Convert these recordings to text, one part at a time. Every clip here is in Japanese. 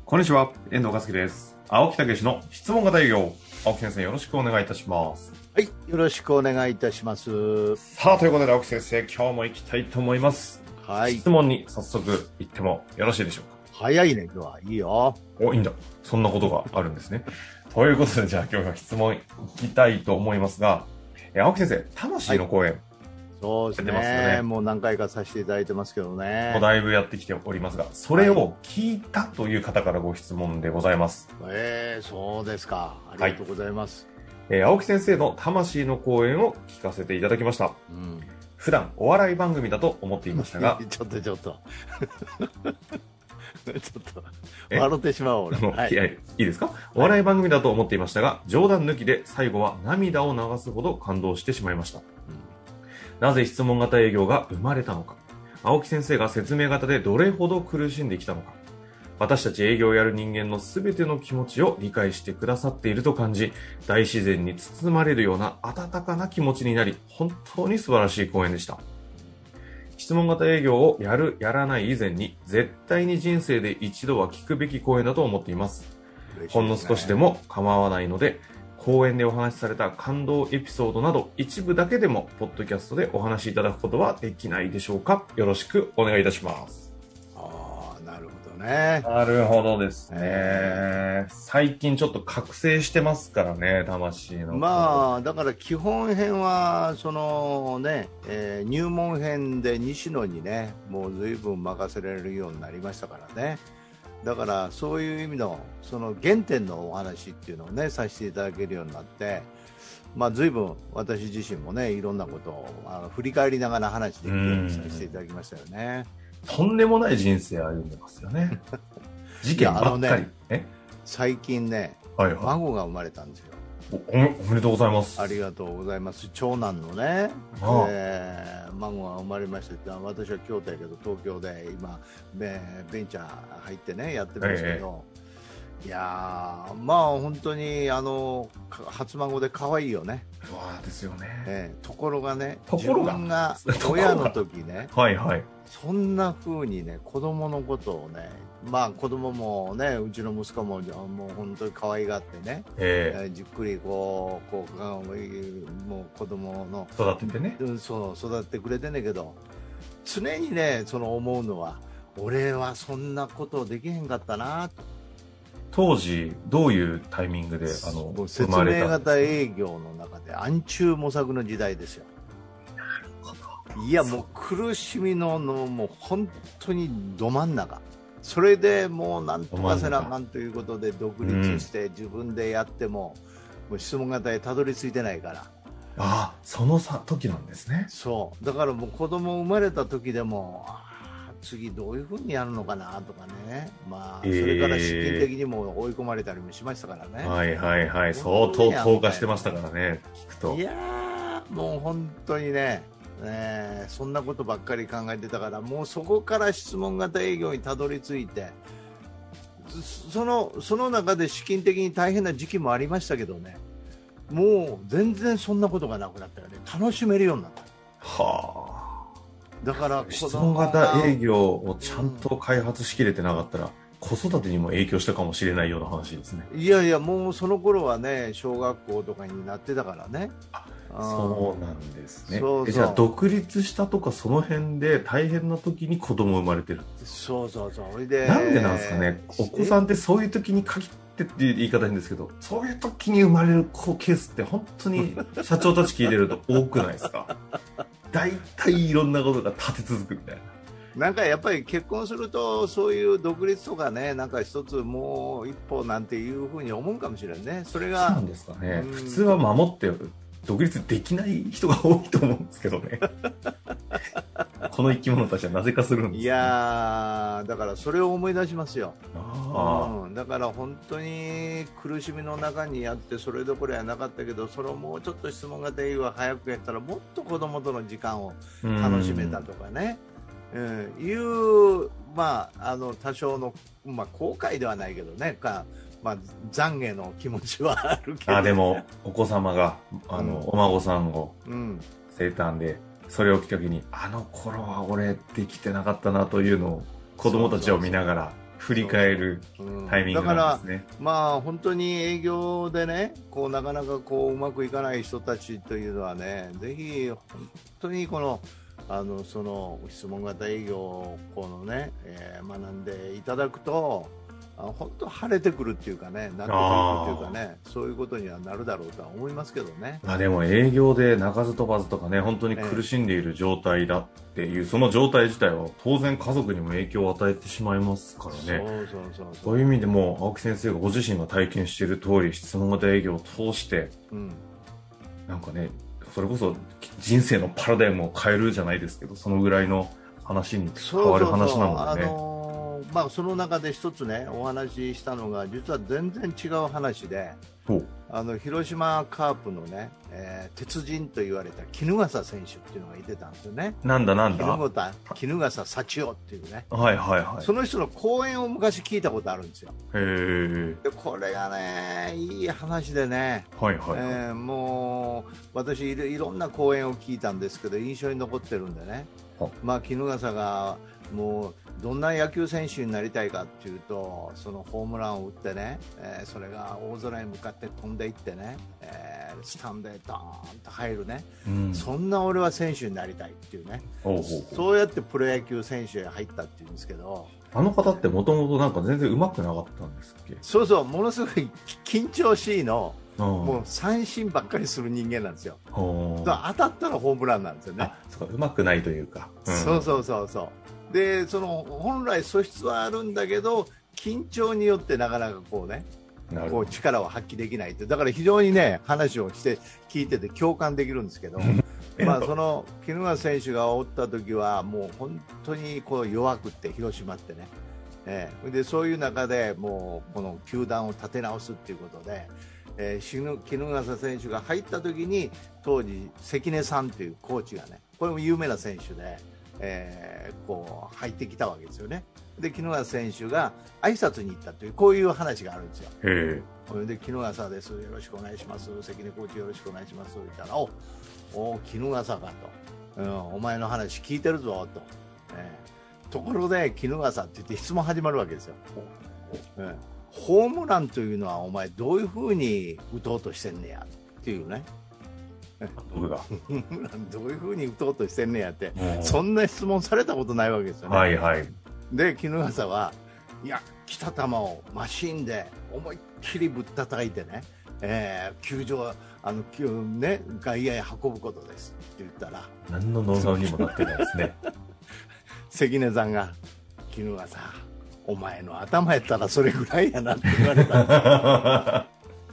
こんにちは、遠藤和樹です。青木武の質問型営業。青木先生、よろしくお願いいたします。 はい、よろしくお願いいたします。 さあ、ということで青木先生、今日も行きたいと思います。 はい。 質問に早速行ってもよろしいでしょうか。 早いね、今日は。いいよ。 いいんだ。そんなことがあるんですね。ということで、じゃあ今日は質問行きたいと思いますが、青木先生、魂の講演、 そうですやってますよね。 ね。もう何回かさせていただいてますけどね。 もうだいぶやってきておりますが、それを聞いたという方からご質問でございます。 そうですか。ありがとうございます。 青木先生の魂の講演を聞かせていただきました。普段お笑い番組だと思っていましたがちょっとちょっと笑ってしまう俺。 いいですか、お笑い番組だと思っていましたが、冗談抜きで最後は涙を流すほど感動してしまいました。なぜ質問型営業が生まれたのか、青木先生が説明型でどれほど苦しんできたのか、私たち営業をやる人間のすべての気持ちを理解してくださっていると感じ、大自然に包まれるような温かな気持ちになり、本当に素晴らしい講演でした。質問型営業をやるやらない以前に、絶対に人生で一度は聞くべき講演だと思っています。ほんの少しでも構わないので、講演でお話しされた感動エピソードなど一部だけでもポッドキャストでお話しいただくことはできないでしょうか。よろしくお願いいたします。 なるほどね。 なるほどですね。最近ちょっと覚醒してますからね、魂の。 まあだから基本編はそのね、入門編で西野にね、もう随分任せられるようになりましたからね。だからそういう意味のその原点のお話っていうのをねさせていただけるようになって、まあ随分私自身もねいろんなことを振り返りながら話できるようにさせていただきましたよね。 とんでもない人生歩んでますよね。事件ばっかり。 最近ね、孫が生まれたんですよ。 おめでとうございます。 ありがとうございます。長男のね、孫が生まれまして、私は京都やけど東京で今ベンチャー入ってねやってますけど、いやまあ本当に初孫で可愛いよね。 ですよね。 ところがね、自分が親の時ね、そんな風にね子供のことをね、まあ子供もね、うちの息子ももう本当に可愛がってね、じっくりもう子供の育ててね、 そう育ててくれてんねんけど、常にねその思うのは、俺はそんなことできへんかったなと。 当時どういうタイミングで生まれたんですか？ 説明型営業の中で暗中模索の時代ですよ。いやもう苦しみのもう本当にど真ん中。それでもうなんとかせなあかんということで独立して自分でやっても、もう質問型へたどり着いてないから。 その時なんですね。 そうだからもう子供生まれた時でも次どういうふうにやるのかなとかね、まあそれから資金的にも追い込まれたりもしましたからね。 相当投下してましたからね、聞くと。 いやもう本当にね、そんなことばっかり考えてたから、もうそこから質問型営業にたどり着いて、その中で資金的に大変な時期もありましたけどね、もう全然そんなことがなくなったよね。楽しめるようになった。だから質問型営業をちゃんと開発しきれてなかったら、子育てにも影響したかもしれないような話ですね。 いやもうその頃はね小学校とかになってたからね。 そうなんですね。じゃあ独立したとかその辺で大変な時に子供生まれてるんですか？ そうそれでなんでなんですかね。お子さんってそういう時に限ってっていう言い方変ですけど、そういう時に生まれるケースって本当に社長たち聞いてると多くないですか？大体いろんなことが立て続くみたいな。 なんかやっぱり結婚するとそういう独立とかね、なんか一つもう一歩なんていうふうに思うかもしれんね。それがそうなんですかね。普通は守って独立できない人が多いと思うんですけどね。この生き物たちはなぜかするんですかね。 いやだからそれを思い出しますよ。だから本当に苦しみの中にやって、それどころやなかったけど、それをもうちょっと質問型営業が早くやったらもっと子供との時間を楽しめたとかね、まあ多少の、後悔ではないけどね、懺悔の気持ちはあるけど。 でもお子様がお孫さんを生誕で、それをきっかけにあの頃は俺できてなかったなというのを子供たちを見ながら振り返るタイミングなんですね。 だから、まあ、本当に営業でね、こうなかなかこううまくいかない人たちというのはね、ぜひ本当にこのその質問型営業をこのね、学んでいただくと、本当晴れてくるっていうかね、なってくるっていうかね、そういうことにはなるだろうとは思いますけどね。 でも営業で鳴かず飛ばずとかね、本当に苦しんでいる状態だっていう、その状態自体は当然家族にも影響を与えてしまいますからね。そういう意味でも青木先生がご自身が体験している通り、質問型営業を通して、なんかね、それこそ人生のパラダイムを変えるじゃないですけど、そのぐらいの話に変わる話なのでね。 まあ、その中で一つね、お話ししたのが実は全然違う話で、広島カープのね、鉄人と言われた衣笠選手っていうのがいてたんですよね。 なんだ衣笠幸男っていうね、 その人の講演を昔聞いたことあるんですよ。 でこれがね、いい話でね、もう私いろんな講演を聞いたんですけど印象に残ってるんでね、まあ、衣笠がもうどんな野球選手になりたいかっていうと、そのホームランを打ってね、それが大空に向かって飛んでいってね、スタンドへドーンと入るね、そんな俺は選手になりたいっていうね、そうやってプロ野球選手へ入ったっていうんですけど、 あの方ってもともとなんか全然上手くなかったんですっけ？ そうそう、ものすごい緊張しいの、もう三振ばっかりする人間なんですよ。だから当たったらホームランなんですよね。 そうか、上手くないというか。 そうで、その本来素質はあるんだけど緊張によってなかなかこうね、こう力を発揮できないって、だから非常にね話をして聞いてて共感できるんですけどまあその衣笠選手がおった時はもう本当にこう弱くって広島ってね、でそういう中でもうこの球団を立て直すっていうことで、衣笠選手が入った時に当時関根さんというコーチがね、これも有名な選手で、こう入ってきたわけですよね。で衣笠選手が挨拶に行ったというこういう話があるんですよ。で衣笠です、よろしくお願いします、関根コーチよろしくお願いしますと言ったら、お衣笠かと、お前の話聞いてるぞと、ところで衣笠って言って質問始まるわけですよ。ホームランというのはお前どういうふうに打とうとしてんねやっていうね、 僕がどういうふうに打とうとしてんねやって、そんな質問されたことないわけですよね。で衣笠はいや、来た球をマシンで思いっきりぶったたいてね、球場ね、外野へ運ぶことですって言ったら、 何のノウハウにもなってないですね関根さんが衣笠お前の頭やったらそれぐらいやなって言われた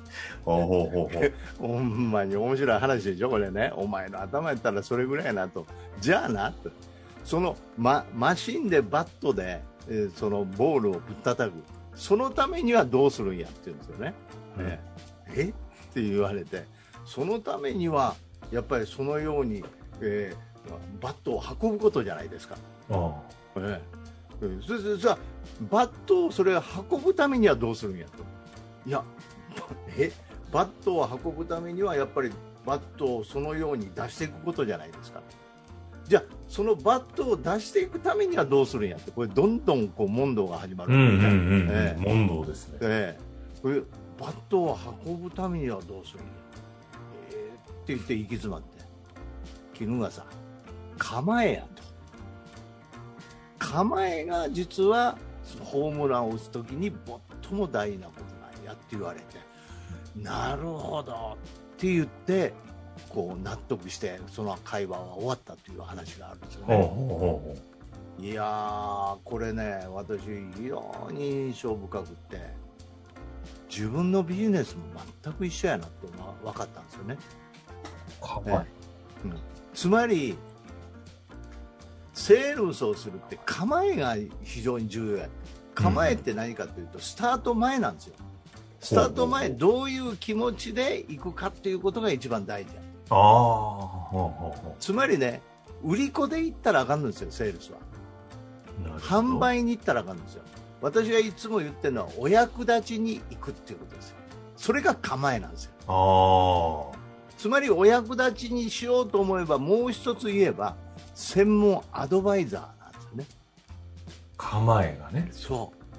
ほんまに面白い話でしょこれね。お前の頭やったらそれぐらいやなと。じゃあなと、その、マシンでバットで、そのボールをぶったたく、そのためにはどうするんやって言うんですよね。って言われて、そのためにはやっぱりそのように、バットを運ぶことじゃないですか。それじゃあバットをそれを運ぶためにはどうするんやと。いやバットを運ぶためにはやっぱりバットをそのように出していくことじゃないですか。じゃあそのバットを出していくためにはどうするんやって、これどんどんこう問答が始まるんですね。 問答ですね。 これバットを運ぶためにはどうするんや、って言って行き詰まって、衣笠構えやと。構えが実はホームランを打つときに最も大事なことなんやって言われて、なるほどって言ってこう納得してその会話は終わったという話があるんですよね。いやーこれね、私非常に印象深くって自分のビジネスも全く一緒やなって分かったんですよね。つまりセールスをするって構えが非常に重要や。構えって何かというとスタート前なんですよ。スタート前どういう気持ちで行くかっていうことが一番大事や。つまりね、売り子で行ったらあかんのですよ。セールスは販売に行ったらあかんのですよ。私がいつも言ってるのはお役立ちに行くっていうことですよ。それが構えなんですよ。つまりお役立ちにしようと思えばもう一つ言えば専門アドバイザーなんですよね。 構えがね。 そ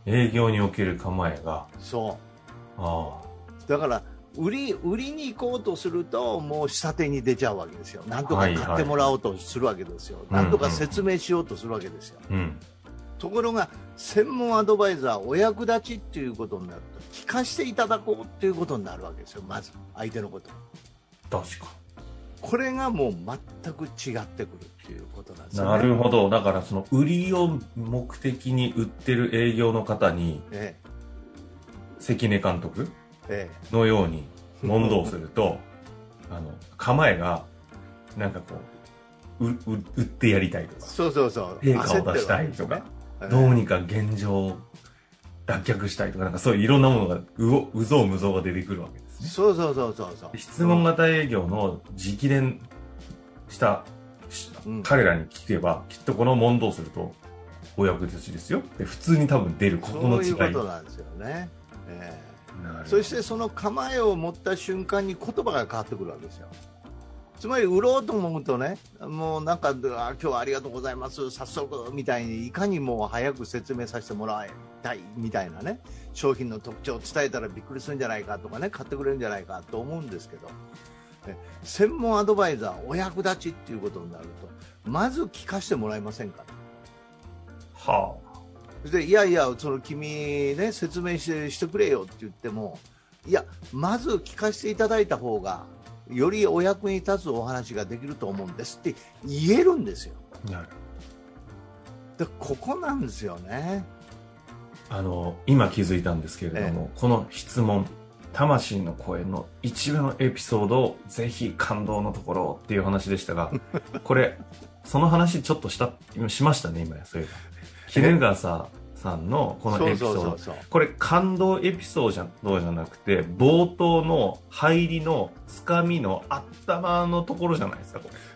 営業における構えが。 そあう。だから、売りに行こうとすると、もう下手に出ちゃうわけですよ。なんとか買ってもらおうとするわけですよ。なんとか説明しようとするわけですよ。ところが、専門アドバイザー、お役立ちっていうことになると、聞かせていただこうっていうことになるわけですよ。まず、相手のこと。 確か。 これがもう全く違ってくるっていうことなんですよね。 なるほど。だからその売りを目的に売ってる営業の方に、関根監督のように問答すると、構えがなんかこう売ってやりたいとか、 そうそうそう、 成果を出したいとか、どうにか現状を脱却したいとか、なんかそういういろんなものがうぞうむぞうが出てくるわけですね。 そうそうそうそうそう。 質問型営業の直伝した彼らに聞けば、きっとこの問答するとお役立ちですよって普通に多分出る、ここの違い。 そういうことなんですよね。そしてその構えを持った瞬間に言葉が変わってくるわけですよ。つまり売ろうと思うとね、もうなんか今日はありがとうございます早速みたいに、いかにも早く説明させてもらいたいみたいなね、商品の特徴を伝えたらびっくりするんじゃないかとかね、買ってくれるんじゃないかと思うんですけど、専門アドバイザーお役立ちっていうことになると、まず聞かせてもらえませんかと。 はあ。 でいやいや、その君ね、説明してくれよって言っても、いや、まず聞かせていただいた方がよりお役に立つお話ができると思うんですって言えるんですよ。 なる。 でここなんですよね。 今気づいたんですけれども、この質問、魂の声の一部のエピソードをぜひ感動のところっていう話でしたが、これその話ちょっとしましたね、今や。そういえば絹笠さんのこのエピソード、これ感動エピソードじゃなくて、冒頭の入りのつかみの頭のところじゃないですか、これ。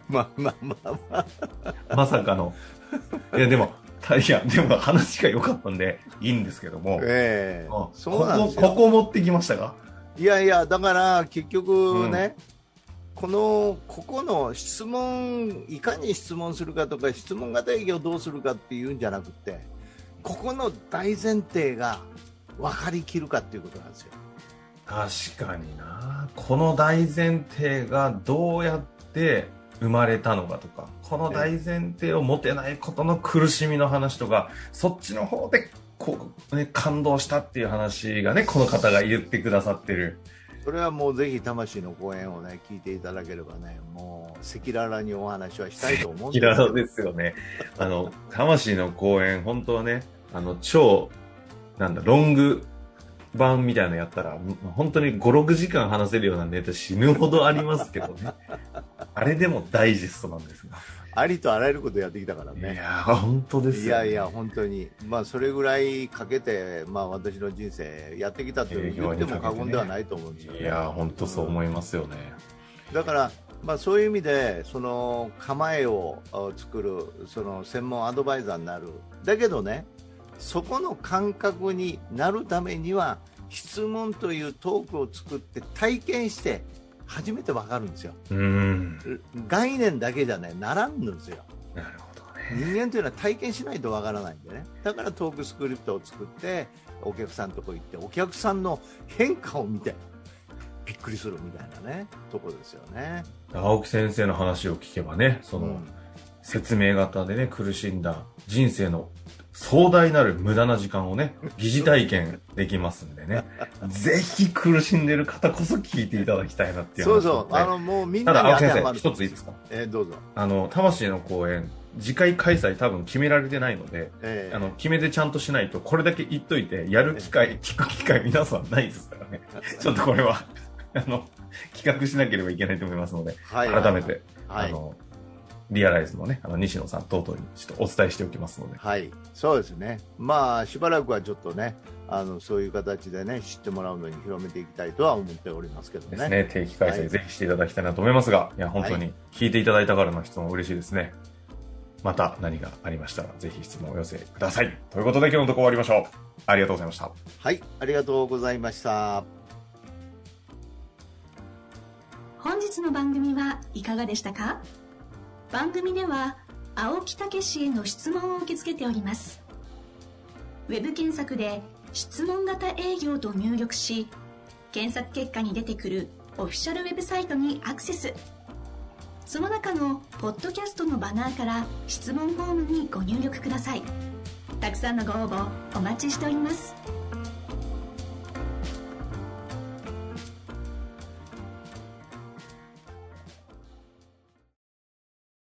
まさかの。いやでも話が良かったんでいいんですけども、 そうなんですよ。 ここ持ってきましたか。 いやいや、だから結局ね、ここの質問、いかに質問するかとか、質問型営業をどうするかっていうんじゃなくて、ここの大前提が分かりきるかっていうことなんですよ。 確かにな。この大前提がどうやって生まれたのかとか、この大前提を持てないことの苦しみの話とか、そっちの方で感動したっていう話がね、この方が言ってくださってる。 それはもうぜひ魂の講演をね、聞いていただければね、もう赤裸々にお話はしたいと思うんですよ。 赤裸々ですよね。魂の講演、本当はね、超ロング版みたいなのやったら本当に5、6時間話せるようなネタ死ぬほどありますけどね。あれでもダイジェストなんですが、 ありとあらゆることやってきたからね。 いや本当ですよ、ね。 いやいや本当に、それぐらいかけて、私の人生やってきたと言っても過言ではないと思うんですよね。 いや本当そう思いますよね。 だからそういう意味で、その構えを作る、その専門アドバイザーになる。だけどね、そこの感覚になるためには、質問というトークを作って体験して初めて分かるんですよ。概念だけじゃね、ならんのですよ。 なるほどね。 人間というのは体験しないと分からないんでね。だからトークスクリプトを作って、お客さんのとこ行って、お客さんの変化を見てびっくりするみたいなね、とこですよね。 青木先生の話を聞けばね、説明型でね、苦しんだ人生の壮大なる無駄な時間をね、疑似体験できますんでね、ぜひ苦しんでる方こそ聞いていただきたいなっていう話、ね。 そうもうみんなに当てはまる。 ただ青木先生、一ついいですか。 どうぞ。 魂の講演、次回開催多分決められてないので、決めてちゃんとしないと、これだけ言っといて、やる機会、聞く機会皆さんないですからね。ちょっとこれは、企画しなければいけないと思いますので、改めて、リアライズのね、西野さん等々にちょっとお伝えしておきますので。 はい、そうですね。しばらくはちょっとね、そういう形でね、知ってもらうのに広めていきたいとは思っておりますけどね。 ですね、定期開催ぜひしていただきたいなと思いますが、いや、本当に聞いていただいたからの質問嬉しいですね。また何がありましたら、ぜひ質問をお寄せください。ということで今日のところ終わりましょう。ありがとうございました。 はい、ありがとうございました。 本日の番組はいかがでしたか？番組では青木武への質問を受け付けております。 ウェブ検索で質問型営業と入力し、検索結果に出てくるオフィシャルウェブサイトにアクセス。その中のポッドキャストのバナーから質問フォームにご入力ください。たくさんのご応募お待ちしております。